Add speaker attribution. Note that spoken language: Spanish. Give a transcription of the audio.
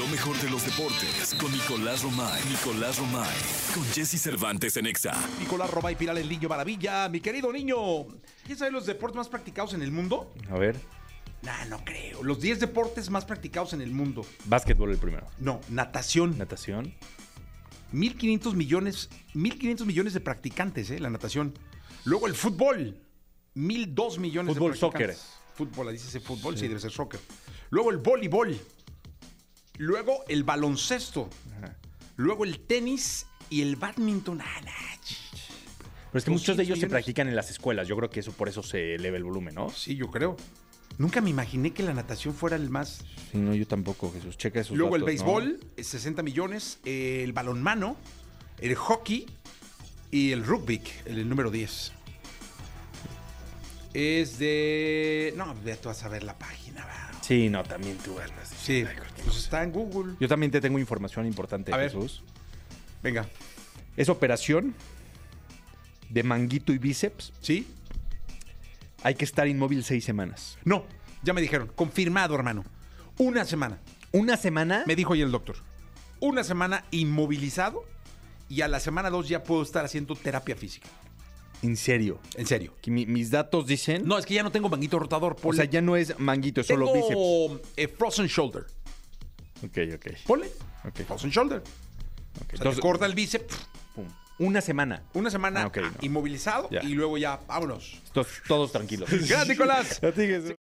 Speaker 1: Lo mejor de los deportes con Nicolás Romay. Con Jesse Cervantes en Exa.
Speaker 2: Nicolás Romay Piral, el niño maravilla. Mi querido niño, ¿quieres saber los deportes más practicados en el mundo?
Speaker 3: A ver.
Speaker 2: Nah, no creo. Los 10 deportes más practicados en el mundo.
Speaker 3: Básquetbol el primero.
Speaker 2: No, natación.
Speaker 3: Natación.
Speaker 2: 1.500 millones de practicantes, la natación. Luego el fútbol. 1.002 millones
Speaker 3: Fútbol,
Speaker 2: de practicantes.
Speaker 3: soccer.
Speaker 2: Fútbol, dice ese fútbol, sí, debe ser soccer. Luego el voleibol. Luego el baloncesto.
Speaker 3: Ajá.
Speaker 2: Luego el tenis y el badminton.
Speaker 3: Pero es que muchos de ellos se
Speaker 2: 200
Speaker 3: practican en las escuelas. Yo creo que eso por eso se eleva el volumen, ¿no?
Speaker 2: Sí, yo creo. Nunca me imaginé que la natación fuera el más.
Speaker 3: Sí, no, yo tampoco, Jesús. Checa esos
Speaker 2: Luego el
Speaker 3: datos,
Speaker 2: béisbol, 60 millones. El balonmano, el hockey y el rugby, el número 10. Es de. No, ya tú vas a ver la página, ¿verdad?
Speaker 3: ¿no? Sí, no, también tú vas.
Speaker 2: Sí, pues está en Google.
Speaker 3: Yo también te tengo información importante,
Speaker 2: A ver.
Speaker 3: Jesús.
Speaker 2: Venga.
Speaker 3: Es operación de manguito y bíceps.
Speaker 2: ¿Sí?
Speaker 3: Hay que estar inmóvil 6 semanas.
Speaker 2: No, ya me dijeron. Confirmado, hermano. Una semana.
Speaker 3: ¿Una semana?
Speaker 2: Me dijo hoy el doctor. Una semana inmovilizado y a la semana 2 ya puedo estar haciendo terapia física.
Speaker 3: En serio.
Speaker 2: En serio.
Speaker 3: Que mis datos dicen...
Speaker 2: No, es que ya no tengo manguito rotador.
Speaker 3: o sea, ya no es manguito, es solo bíceps.
Speaker 2: Tengo frozen shoulder.
Speaker 3: Ok.
Speaker 2: Ponle.
Speaker 3: Ok.
Speaker 2: Frozen shoulder.
Speaker 3: Ok.
Speaker 2: O sea,
Speaker 3: Entonces,
Speaker 2: te corta el bíceps.
Speaker 3: pum. Una semana.
Speaker 2: Una semana
Speaker 3: Ok, no.
Speaker 2: inmovilizado
Speaker 3: Ya.
Speaker 2: y luego ya, vámonos.
Speaker 3: Todos tranquilos.
Speaker 2: Gracias, Nicolás.
Speaker 3: A ti, Jesús.